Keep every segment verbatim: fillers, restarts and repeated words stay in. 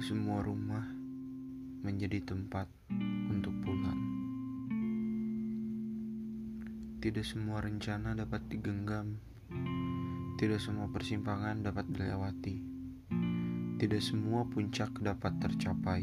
semua rumah menjadi tempat untuk pulang. Tidak semua rencana dapat digenggam. Tidak semua persimpangan dapat dilewati. Tidak semua puncak dapat tercapai.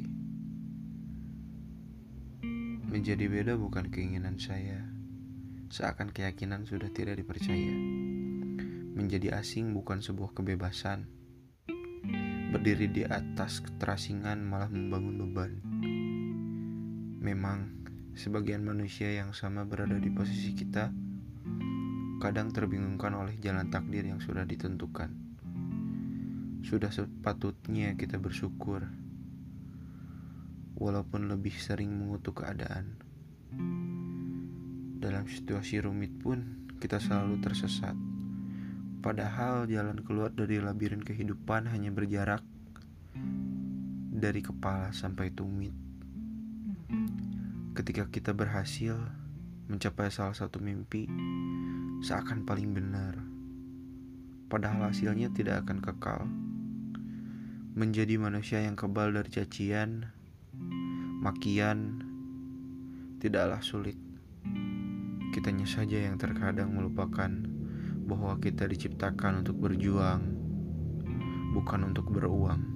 Menjadi beda bukan keinginan saya, seakan keyakinan sudah tidak dipercaya. Menjadi asing bukan sebuah kebebasan. Berdiri di atas keterasingan malah membangun beban. Memang, sebagian manusia yang sama berada di posisi kita, kadang terbingungkan oleh jalan takdir yang sudah ditentukan. Sudah sepatutnya kita bersyukur, walaupun lebih sering mengutuk keadaan. Dalam situasi rumit pun, kita selalu tersesat. Padahal jalan keluar dari labirin kehidupan hanya berjarak dari kepala sampai tumit. Ketika kita berhasil mencapai salah satu mimpi, seakan paling benar. Padahal hasilnya tidak akan kekal. Menjadi manusia yang kebal dari cacian, makian, tidaklah sulit. Kitanya saja yang terkadang melupakan bahwa kita diciptakan untuk berjuang, bukan untuk beruang.